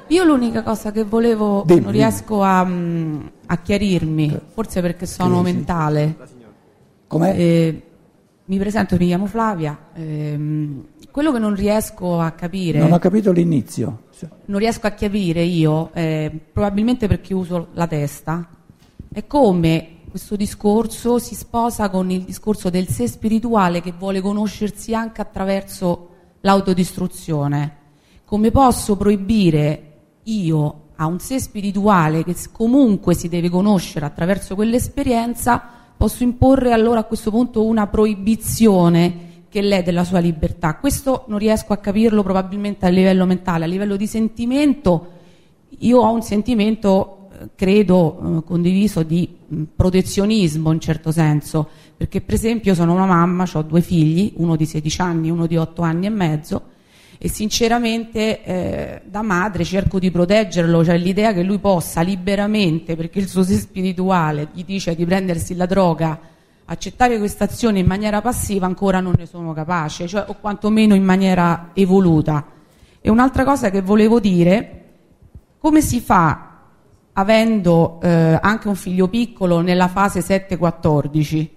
Io l'unica cosa che volevo, Dimmi, non riesco a chiarirmi, forse perché sono mentale. Com'è? Mi presento, mi chiamo Flavia. Quello che non riesco a capire... Non ho capito l'inizio. Non riesco a capire io, probabilmente perché uso la testa, è come questo discorso si sposa con il discorso del sé spirituale che vuole conoscersi anche attraverso l'autodistruzione. Come posso proibire io a un sé spirituale che comunque si deve conoscere attraverso quell'esperienza, posso imporre allora a questo punto una proibizione che lede la sua libertà? Questo non riesco a capirlo probabilmente a livello mentale. A livello di sentimento, io ho un sentimento credo condiviso di protezionismo in certo senso, perché per esempio sono una mamma, ho 2 figli, uno di 16 anni, uno di 8 anni e mezzo, e sinceramente da madre cerco di proteggerlo, cioè l'idea che lui possa liberamente, perché il suo sé spirituale gli dice di prendersi la droga, accettare questa azione in maniera passiva, ancora non ne sono capace, cioè, o quantomeno in maniera evoluta. E un'altra cosa che volevo dire, come si fa avendo anche un figlio piccolo nella fase 7-14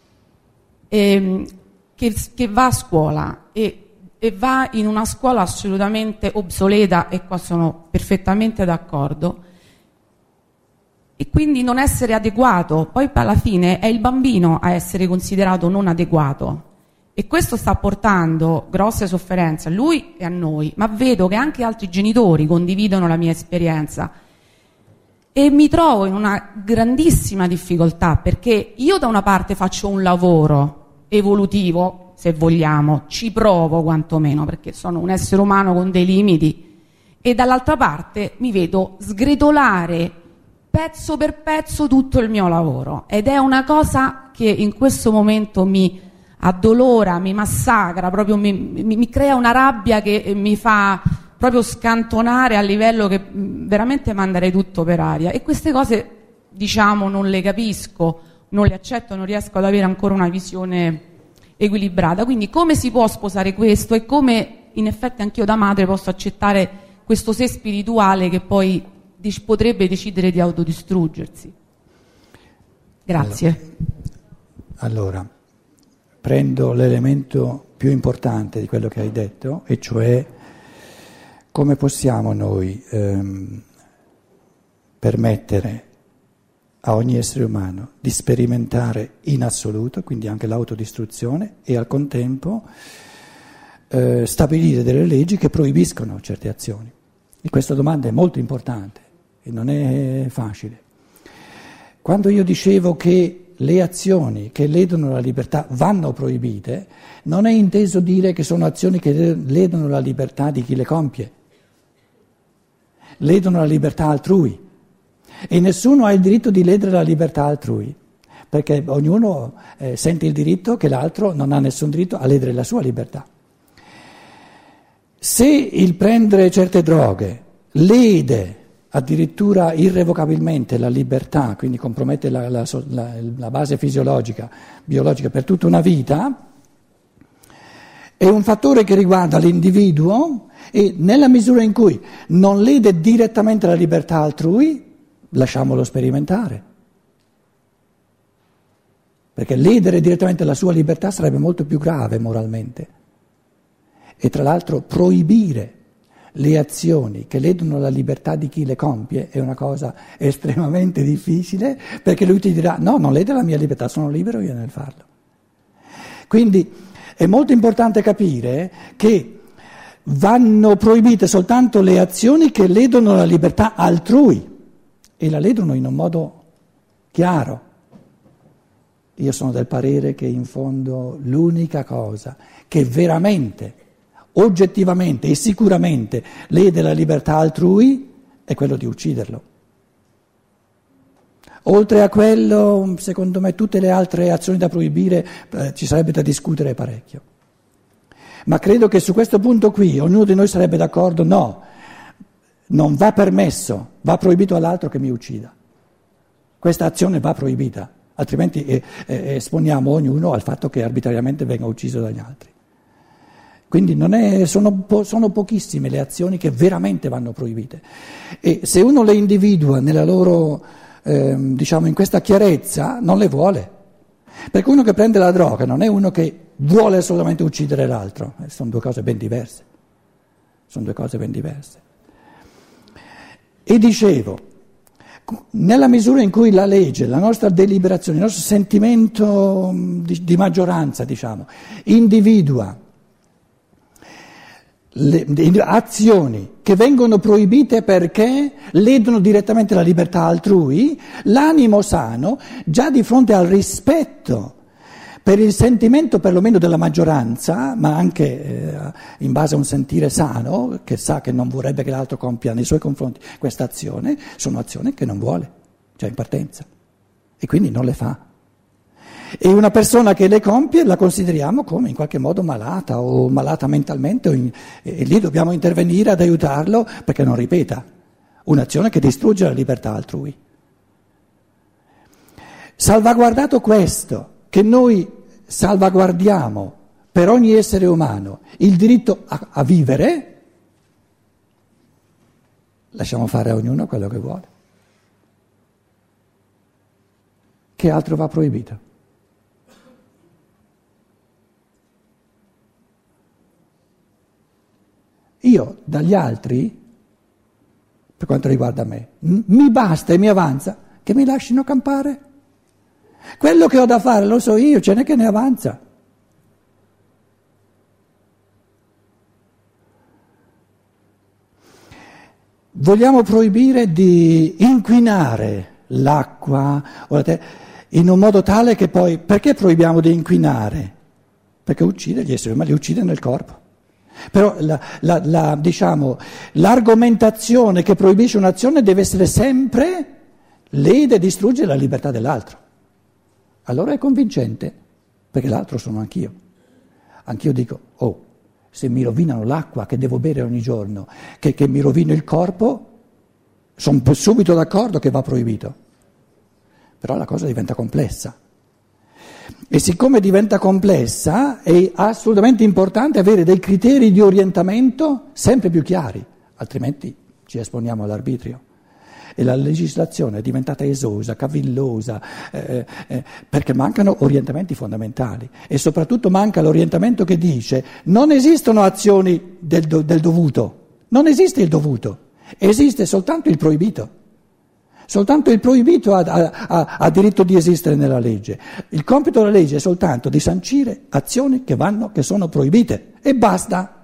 che va a scuola e va in una scuola assolutamente obsoleta, e qua sono perfettamente d'accordo, e quindi non essere adeguato, poi alla fine è il bambino a essere considerato non adeguato, e questo sta portando grosse sofferenze a lui e a noi, ma vedo che anche altri genitori condividono la mia esperienza e mi trovo in una grandissima difficoltà, perché io da una parte faccio un lavoro evolutivo, se vogliamo, ci provo quantomeno, perché sono un essere umano con dei limiti, e dall'altra parte mi vedo sgretolare pezzo per pezzo tutto il mio lavoro, ed è una cosa che in questo momento mi addolora, mi massacra, proprio mi crea una rabbia che mi fa proprio scantonare a livello che veramente manderei tutto per aria, e queste cose diciamo non le capisco, non le accetto, non riesco ad avere ancora una visione equilibrata. Quindi come si può sposare questo, e come in effetti anch'io da madre posso accettare questo sé spirituale che poi potrebbe decidere di autodistruggersi? Grazie. Allora, prendo l'elemento più importante di quello che hai detto, e cioè come possiamo noi permettere a ogni essere umano di sperimentare in assoluto, quindi anche l'autodistruzione, e al contempo stabilire delle leggi che proibiscono certe azioni. E questa domanda è molto importante e non è facile. Quando io dicevo che le azioni che ledono la libertà vanno proibite, non è inteso dire che sono azioni che ledono la libertà di chi le compie, ledono la libertà altrui, e nessuno ha il diritto di ledere la libertà altrui, perché ognuno sente il diritto che l'altro non ha nessun diritto a ledere la sua libertà. Se il prendere certe droghe lede addirittura irrevocabilmente la libertà, quindi compromette la base fisiologica, biologica per tutta una vita, è un fattore che riguarda l'individuo, e nella misura in cui non lede direttamente la libertà altrui, lasciamolo sperimentare. Perché ledere direttamente la sua libertà sarebbe molto più grave moralmente. E tra l'altro proibire le azioni che ledono la libertà di chi le compie è una cosa estremamente difficile, perché lui ti dirà: no, non lede la mia libertà, sono libero io nel farlo. Quindi è molto importante capire che vanno proibite soltanto le azioni che ledono la libertà altrui, e la ledono in un modo chiaro. Io sono del parere che in fondo l'unica cosa che veramente, oggettivamente e sicuramente lede la libertà altrui è quello di ucciderlo. Oltre a quello, secondo me, tutte le altre azioni da proibire ci sarebbe da discutere parecchio. Ma credo che su questo punto qui ognuno di noi sarebbe d'accordo: no, non va permesso, va proibito all'altro che mi uccida. Questa azione va proibita, altrimenti esponiamo ognuno al fatto che arbitrariamente venga ucciso dagli altri. Quindi sono pochissime le azioni che veramente vanno proibite. E se uno le individua nella loro, in questa chiarezza, non le vuole. Perché uno che prende la droga non è uno che vuole assolutamente uccidere l'altro, sono due cose ben diverse. E dicevo, nella misura in cui la legge, la nostra deliberazione, il nostro sentimento di maggioranza, individua azioni che vengono proibite perché ledono direttamente la libertà altrui, l'animo sano, già di fronte al rispetto per il sentimento perlomeno della maggioranza, ma anche in base a un sentire sano, che sa che non vorrebbe che l'altro compia nei suoi confronti questa azione, sono azioni che non vuole, in partenza, e quindi non le fa. E una persona che le compie la consideriamo come in qualche modo malata o malata mentalmente, e lì dobbiamo intervenire ad aiutarlo perché non ripeta un'azione che distrugge la libertà altrui. Salvaguardato questo, che noi salvaguardiamo per ogni essere umano il diritto a vivere, lasciamo fare a ognuno quello che vuole. Che altro va proibito? Io dagli altri, per quanto riguarda me, mi basta e mi avanza che mi lasciino campare. Quello che ho da fare lo so io, ce n'è che ne avanza. Vogliamo proibire di inquinare l'acqua o la terra in un modo tale che poi, perché proibiamo di inquinare? Perché uccide gli esseri umani, li uccide nel corpo. Però l'argomentazione che proibisce un'azione deve essere sempre lede e distrugge la libertà dell'altro. Allora è convincente, perché l'altro sono anch'io. Anch'io dico, se mi rovinano l'acqua che devo bere ogni giorno, che mi rovino il corpo, sono subito d'accordo che va proibito. Però la cosa diventa complessa. E siccome diventa complessa è assolutamente importante avere dei criteri di orientamento sempre più chiari, altrimenti ci esponiamo all'arbitrio. E la legislazione è diventata esosa, cavillosa, perché mancano orientamenti fondamentali e soprattutto manca l'orientamento che dice non esistono azioni del dovuto, non esiste il dovuto, esiste soltanto il proibito. Soltanto il proibito ha diritto di esistere nella legge. Il compito della legge è soltanto di sancire azioni che sono proibite e basta.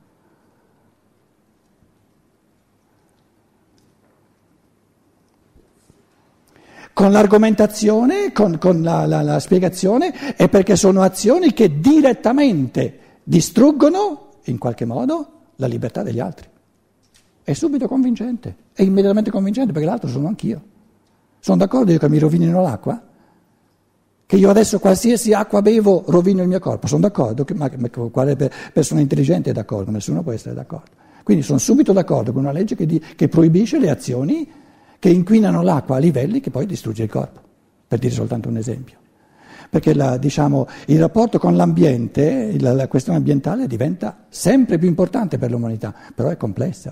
Con l'argomentazione, con la spiegazione, è perché sono azioni che direttamente distruggono, in qualche modo, la libertà degli altri. È subito convincente, è immediatamente convincente perché l'altro sono anch'io. Sono d'accordo io che mi rovinino l'acqua? Che io adesso qualsiasi acqua bevo rovino il mio corpo? Sono d'accordo? Ma quale persona intelligente è d'accordo? Nessuno può essere d'accordo. Quindi sono subito d'accordo con una legge che proibisce le azioni che inquinano l'acqua a livelli che poi distrugge il corpo, per dire soltanto un esempio. Perché il rapporto con l'ambiente, la questione ambientale diventa sempre più importante per l'umanità, però è complessa.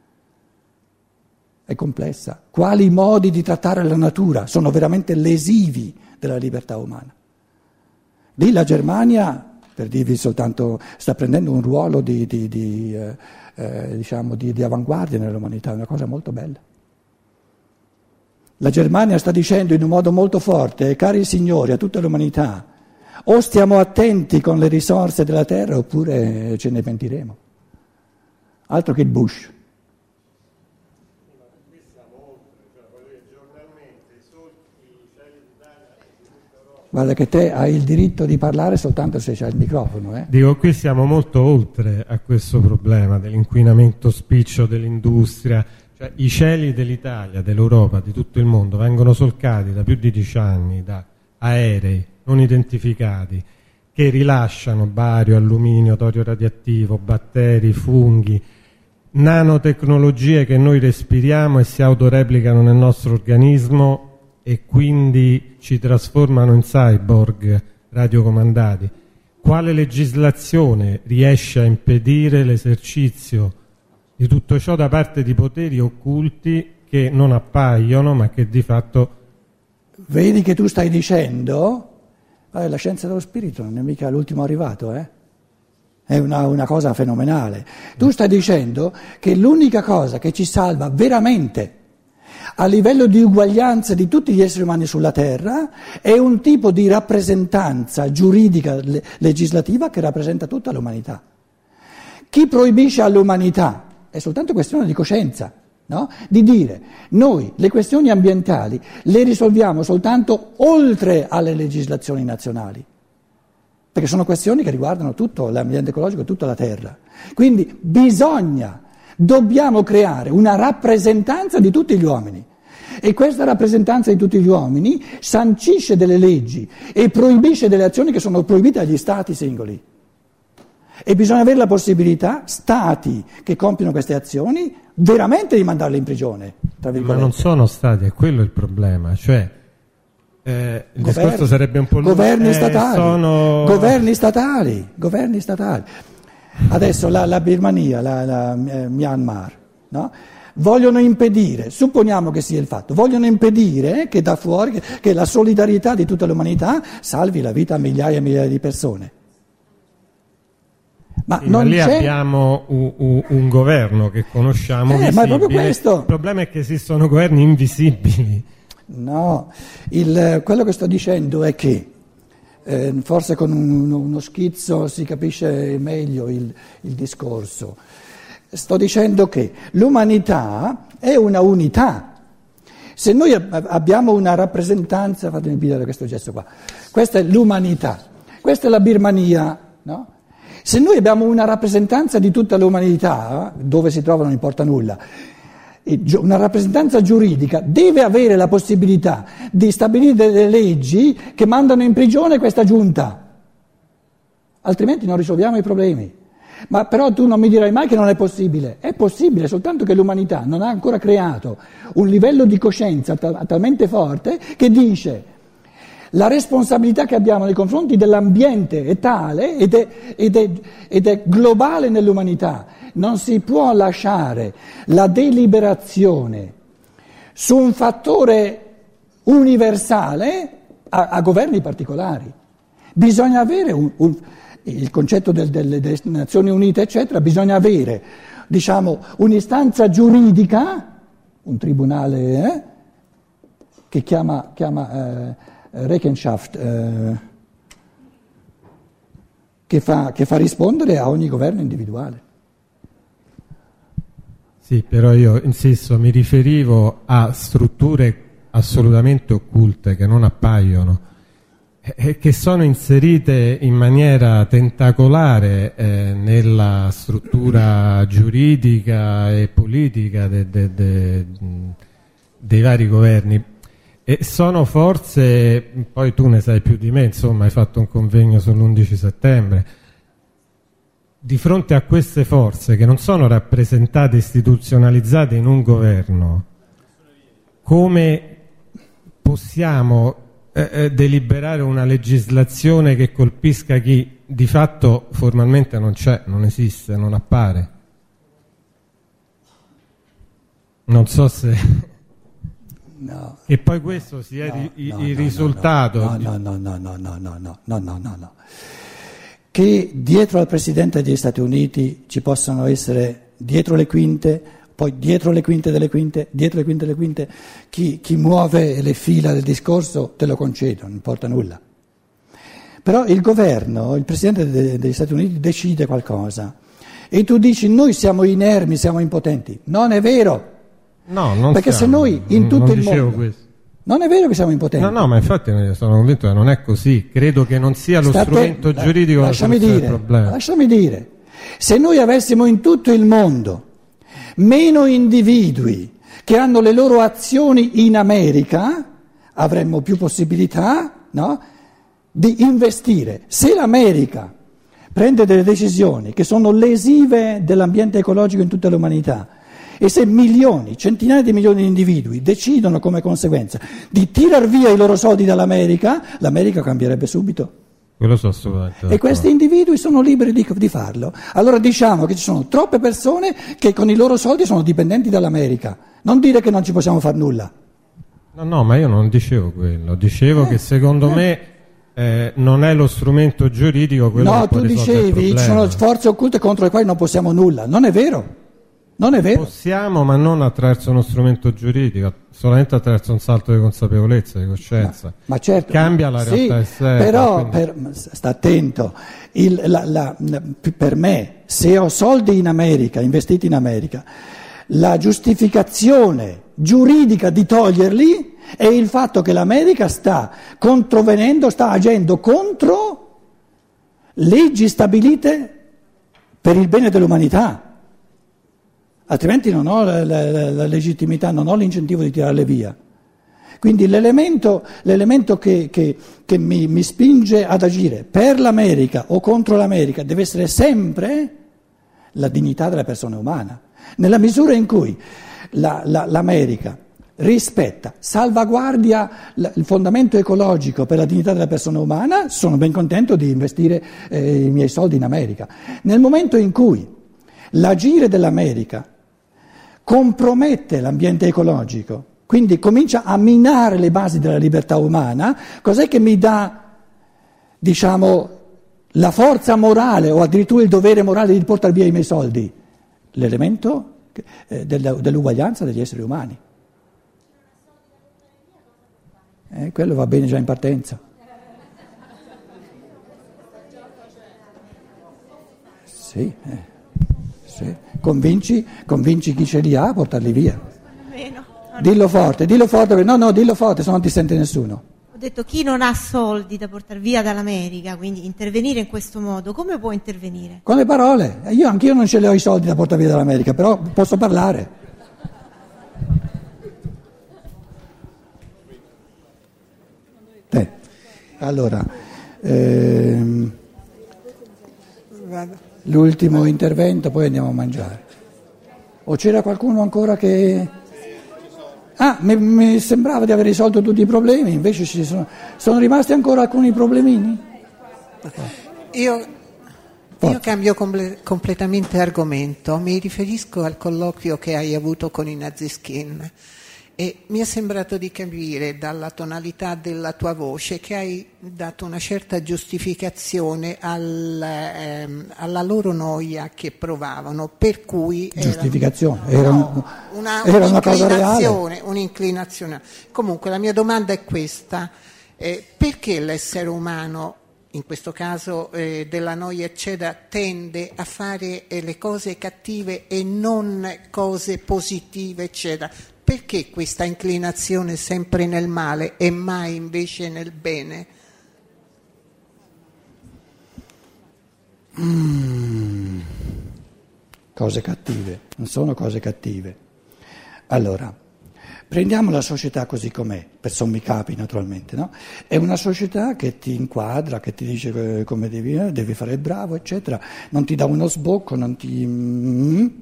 È complessa. Quali modi di trattare la natura sono veramente lesivi della libertà umana? Lì la Germania, per dirvi soltanto, sta prendendo un ruolo di avanguardia nell'umanità, è una cosa molto bella. La Germania sta dicendo in un modo molto forte, cari signori, a tutta l'umanità, o stiamo attenti con le risorse della terra oppure ce ne pentiremo. Altro che il Bush. Guarda che te hai il diritto di parlare soltanto se c'hai il microfono. Dico, qui siamo molto oltre a questo problema dell'inquinamento spiccio dell'industria. Cioè, i cieli dell'Italia, dell'Europa, di tutto il mondo vengono solcati da più di 10 anni da aerei non identificati che rilasciano bario, alluminio, torio radioattivo, batteri, funghi, nanotecnologie che noi respiriamo e si autoreplicano nel nostro organismo e quindi ci trasformano in cyborg radiocomandati. quale legislazione riesce a impedire l'esercizio di tutto ciò da parte di poteri occulti che non appaiono ma che di fatto... Vedi che tu stai dicendo, la scienza dello spirito non è mica l'ultimo arrivato, È una cosa fenomenale. Tu stai dicendo che l'unica cosa che ci salva veramente a livello di uguaglianza di tutti gli esseri umani sulla Terra è un tipo di rappresentanza giuridica legislativa che rappresenta tutta l'umanità. Chi proibisce all'umanità è soltanto questione di coscienza, no? Di dire noi le questioni ambientali le risolviamo soltanto oltre alle legislazioni nazionali, perché sono questioni che riguardano tutto l'ambiente ecologico, tutta la Terra. Quindi dobbiamo creare una rappresentanza di tutti gli uomini e questa rappresentanza di tutti gli uomini sancisce delle leggi e proibisce delle azioni che sono proibite agli stati singoli. E bisogna avere la possibilità, stati che compiono queste azioni, veramente di mandarle in prigione. Tra virgolette. Ma non sono stati, è quello il problema, cioè il discorso sarebbe un po' lungo. Governi statali. Adesso la Birmania, la Myanmar, no? Vogliono impedire, supponiamo che sia il fatto, vogliono impedire che da fuori, che la solidarietà di tutta l'umanità salvi la vita a migliaia e migliaia di persone. Ma sì, non ma lì c'è... abbiamo un governo che conosciamo visibile. Ma è proprio questo. Il problema è che esistono governi invisibili. No, quello che sto dicendo è che forse con uno schizzo si capisce meglio il discorso. Sto dicendo che l'umanità è una unità. Se noi abbiamo una rappresentanza, fatemi vedere questo gesto qua, questa è l'umanità, questa è la Birmania, no? Se noi abbiamo una rappresentanza di tutta l'umanità, dove si trova non importa nulla, una rappresentanza giuridica deve avere la possibilità di stabilire delle leggi che mandano in prigione questa giunta, altrimenti non risolviamo i problemi. Ma però tu non mi dirai mai che non è possibile, soltanto che l'umanità non ha ancora creato un livello di coscienza talmente forte che dice la responsabilità che abbiamo nei confronti dell'ambiente è tale ed è globale nell'umanità. Non si può lasciare la deliberazione su un fattore universale a governi particolari. Bisogna avere il concetto delle Nazioni Unite, eccetera, bisogna avere, diciamo, un'istanza giuridica, un tribunale che chiama Rechenschaft, che fa rispondere a ogni governo individuale. Sì, però io insisto, mi riferivo a strutture assolutamente occulte che non appaiono e che sono inserite in maniera tentacolare nella struttura giuridica e politica dei vari governi. E sono forze, poi tu ne sai più di me, insomma, hai fatto un convegno sull'11 settembre. Di fronte a queste forze che non sono rappresentate, istituzionalizzate in un governo, come possiamo deliberare una legislazione che colpisca chi di fatto formalmente non c'è, non esiste, non appare? Non so se... No, e poi questo sia il risultato. No. Che dietro al Presidente degli Stati Uniti ci possano essere dietro le quinte, poi dietro le quinte delle quinte, dietro le quinte delle quinte, chi muove le fila del discorso te lo concedo, non importa nulla. Però il governo, il Presidente degli Stati Uniti decide qualcosa e tu dici noi siamo inermi, siamo impotenti. Non è vero. No, non perché siamo, se noi in tutto il mondo questo. Non è vero che siamo impotenti. No, ma infatti sono convinto che non è così. Credo che non sia lo strumento giuridico la soluzione del problema. Lasciami dire, se noi avessimo in tutto il mondo meno individui che hanno le loro azioni in America, avremmo più possibilità, no, di investire. Se l'America prende delle decisioni che sono lesive dell'ambiente ecologico in tutta l'umanità, e se milioni, centinaia di milioni di individui decidono come conseguenza di tirar via i loro soldi dall'America, l'America cambierebbe subito. Quello so assolutamente E d'accordo. questi individui sono liberi di farlo. Allora diciamo che ci sono troppe persone che con i loro soldi sono dipendenti dall'America. Non dire che non ci possiamo fare nulla. No, ma io non dicevo quello, dicevo che secondo me non è lo strumento giuridico quello che No, può tu risolvere il dicevi ci problema. sono forze occulte contro le quali non possiamo nulla. Non è vero. Non è vero. Possiamo, ma non attraverso uno strumento giuridico, solamente attraverso un salto di consapevolezza, di coscienza. Ma certo, Cambia la sì, realtà esterna. però quindi- sta attento, per me, se ho soldi in America, investiti in America, la giustificazione giuridica di toglierli è il fatto che l'America sta controvenendo, sta agendo contro leggi stabilite per il bene dell'umanità. Altrimenti non ho la legittimità, non ho l'incentivo di tirarle via. Quindi l'elemento che mi spinge ad agire per l'America o contro l'America deve essere sempre la dignità della persona umana. Nella misura in cui l'America rispetta, salvaguardia il fondamento ecologico per la dignità della persona umana, sono ben contento di investire i miei soldi in America. Nel momento in cui l'agire dell'America compromette l'ambiente ecologico, quindi comincia a minare le basi della libertà umana, cos'è che mi dà, diciamo, la forza morale o addirittura il dovere morale di portare via i miei soldi? L'elemento dell'uguaglianza degli esseri umani. Quello va bene già in partenza. Sì, sì. Convinci chi ce li ha a portarli via. Dillo forte, dillo forte, no, dillo forte, se no non ti sente nessuno. Ho detto chi non ha soldi da portare via dall'America, quindi intervenire in questo modo, come può intervenire? Con le parole, anch'io non ce li ho i soldi da portare via dall'America, però posso parlare. Allora, l'ultimo intervento, poi andiamo a mangiare. O c'era qualcuno ancora che... Ah, mi sembrava di aver risolto tutti i problemi, invece sono rimasti ancora alcuni problemini? Io cambio completamente argomento, mi riferisco al colloquio che hai avuto con i Naziskin e mi è sembrato di capire dalla tonalità della tua voce che hai dato una certa giustificazione alla loro noia che provavano, per cui Giustificazione, era una cosa reale. Un'inclinazione. Comunque la mia domanda è questa, perché l'essere umano, in questo caso della noia eccetera, tende a fare le cose cattive e non cose positive eccetera? Perché questa inclinazione sempre nel male e mai invece nel bene? Cose cattive, non sono cose cattive. Allora, prendiamo la società così com'è, per sommi capi naturalmente, no? È una società che ti inquadra, che ti dice come devi fare il bravo, eccetera, non ti dà uno sbocco, non ti...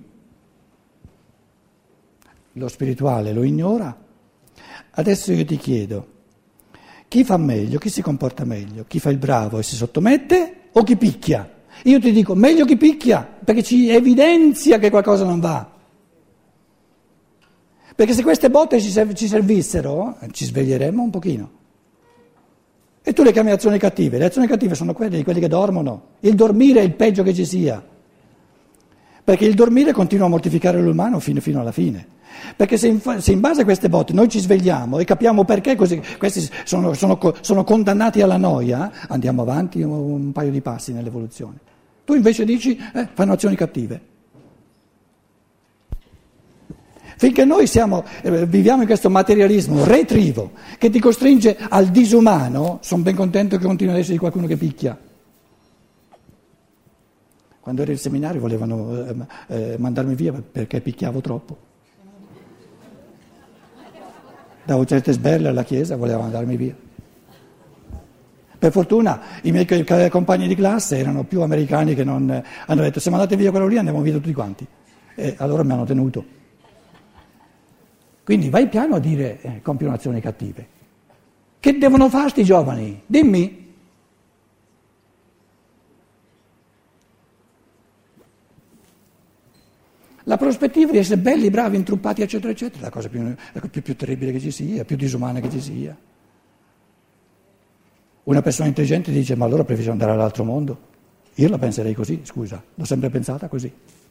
Lo spirituale lo ignora. Adesso io ti chiedo, chi fa meglio, chi si comporta meglio? Chi fa il bravo e si sottomette o chi picchia? Io ti dico, meglio chi picchia, perché ci evidenzia che qualcosa non va. Perché se queste botte ci servissero, ci sveglieremmo un pochino. E tu le chiami azioni cattive. Le azioni cattive sono quelle di quelli che dormono. Il dormire è il peggio che ci sia. Perché il dormire continua a mortificare l'umano fino alla fine. Perché se in base a queste botte noi ci svegliamo e capiamo perché così, questi sono condannati alla noia, andiamo avanti un paio di passi nell'evoluzione. Tu invece dici, fanno azioni cattive. Finché noi viviamo in questo materialismo retrivo che ti costringe al disumano, sono ben contento che continui ad esserci qualcuno che picchia. Quando ero in seminario volevano mandarmi via perché picchiavo troppo. Davo certe sberle alla chiesa, volevano mandarmi via. Per fortuna i miei compagni di classe erano più americani che non... Hanno detto, se mandate via quello lì andiamo via tutti quanti. E allora mi hanno tenuto. Quindi vai piano a dire compiono azioni cattive. Che devono fare sti giovani? Dimmi. La prospettiva di essere belli, bravi, intruppati, eccetera, eccetera, è la cosa più terribile che ci sia, più disumana che ci sia. Una persona intelligente dice, ma allora preferisco andare all'altro mondo? Io la penserei così, scusa, l'ho sempre pensata così.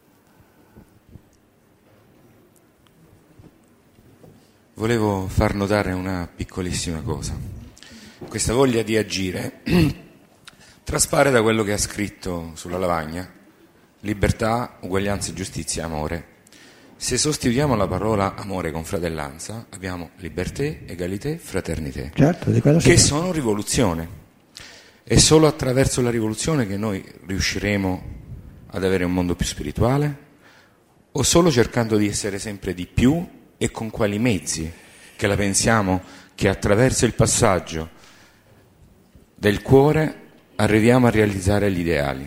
Volevo far notare una piccolissima cosa. Questa voglia di agire traspare da quello che ha scritto sulla lavagna: libertà, uguaglianza, giustizia, amore. Se sostituiamo la parola amore con fratellanza, abbiamo liberté, egalité, fraternité, certo, di quello che sono rivoluzione. È solo attraverso la rivoluzione che noi riusciremo ad avere un mondo più spirituale, o solo cercando di essere sempre di più, e con quali mezzi? Che la pensiamo che attraverso il passaggio del cuore arriviamo a realizzare gli ideali.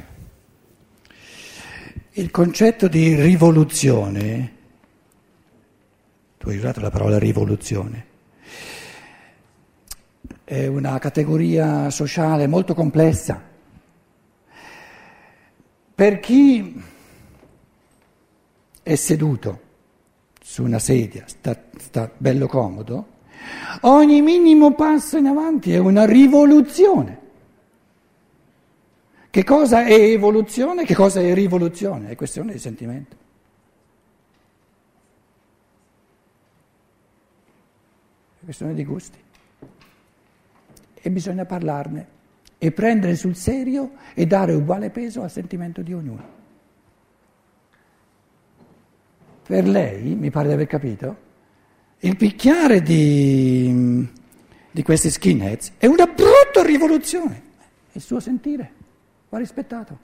Il concetto di rivoluzione, tu hai usato la parola rivoluzione, è una categoria sociale molto complessa. Per chi è seduto su una sedia, sta bello comodo, ogni minimo passo in avanti è una rivoluzione. Che cosa è evoluzione? Che cosa è rivoluzione? È questione di sentimento. È questione di gusti. E bisogna parlarne e prendere sul serio e dare uguale peso al sentimento di ognuno. Per lei, mi pare di aver capito, il picchiare di questi skinheads è una brutta rivoluzione. È il suo sentire, va rispettato.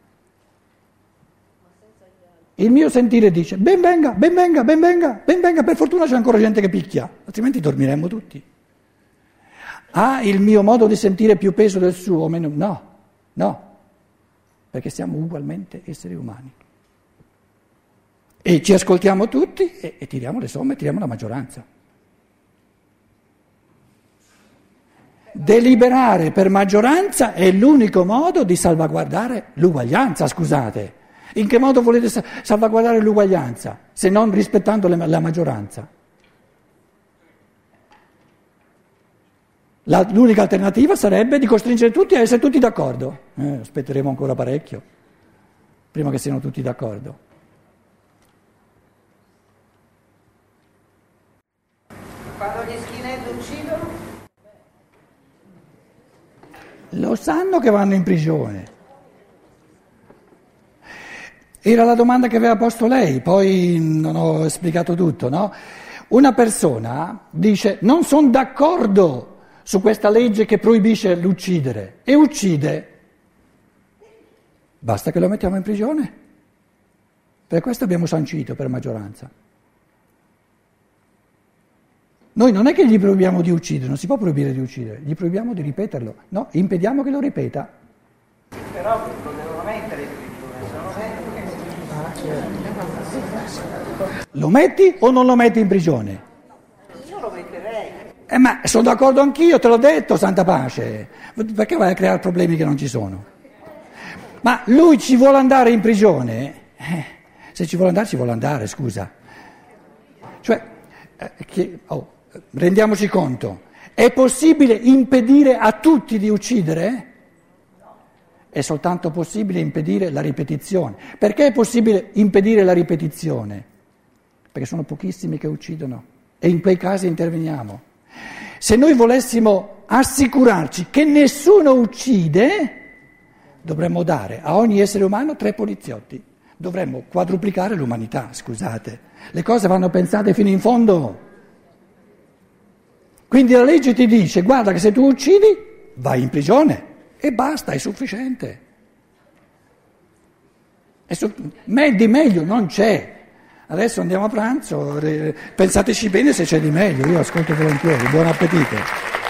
Il mio sentire dice, ben venga, ben venga, ben venga, ben venga, per fortuna c'è ancora gente che picchia, altrimenti dormiremmo tutti. Ha il mio modo di sentire più peso del suo o meno? No, perché siamo ugualmente esseri umani. E ci ascoltiamo tutti e tiriamo le somme, tiriamo la maggioranza. Deliberare per maggioranza è l'unico modo di salvaguardare l'uguaglianza, scusate. In che modo volete salvaguardare l'uguaglianza, se non rispettando la maggioranza? L'unica alternativa sarebbe di costringere tutti a essere tutti d'accordo. Aspetteremo ancora parecchio, prima che siano tutti d'accordo. Quando gli skinhead uccidono? Lo sanno che vanno in prigione. Era la domanda che aveva posto lei, poi non ho spiegato tutto, no? Una persona dice non sono d'accordo su questa legge che proibisce l'uccidere e uccide. Basta che lo mettiamo in prigione. Per questo abbiamo sancito per maggioranza. Noi non è che gli proibiamo di uccidere, non si può proibire di uccidere, gli proibiamo di ripeterlo, no, impediamo che lo ripeta. Però lo devono mettere in prigione, se non lo mettono. Lo metti o non lo metti in prigione? Io lo metterei. Ma sono d'accordo anch'io, te l'ho detto, santa pace, perché vai a creare problemi che non ci sono? Ma lui ci vuole andare in prigione, se ci vuole andare, scusa. Cioè, rendiamoci conto, è possibile impedire a tutti di uccidere? È soltanto possibile impedire la ripetizione. Perché è possibile impedire la ripetizione? Perché sono pochissimi che uccidono e in quei casi interveniamo. Se noi volessimo assicurarci che nessuno uccide, dovremmo dare a ogni essere umano 3 poliziotti. Dovremmo quadruplicare l'umanità, scusate. Le cose vanno pensate fino in fondo. Quindi la legge ti dice, guarda che se tu uccidi, vai in prigione e basta, è sufficiente. Di meglio non c'è. Adesso andiamo a pranzo, pensateci bene se c'è di meglio, io ascolto volentieri, buon appetito.